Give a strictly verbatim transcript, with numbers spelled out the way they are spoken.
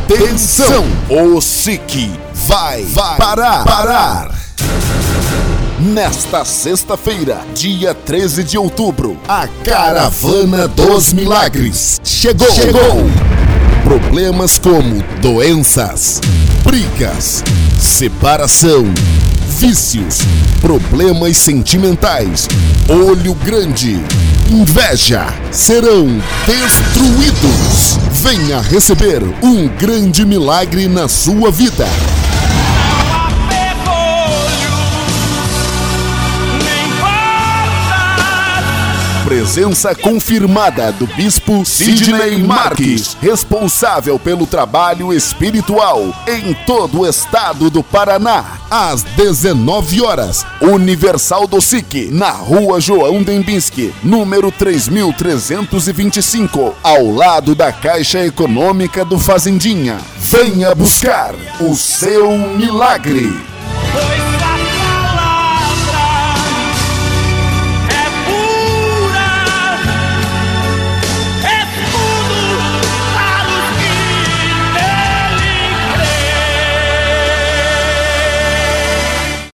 Atenção, o S I C vai, vai parar, parar. Nesta sexta-feira, dia treze de outubro, a Caravana dos Milagres chegou. chegou. Problemas como doenças, brigas, separação, vícios, problemas sentimentais, olho grande, inveja, serão destruídos. Venha receber um grande milagre na sua vida. Presença confirmada do Bispo Sidney Marques, responsável pelo trabalho espiritual em todo o estado do Paraná. Às dezenove horas, Universal do S I C, na Rua João Dembinski, número três mil trezentos e vinte e cinco, ao lado da Caixa Econômica do Fazendinha. Venha buscar o seu milagre.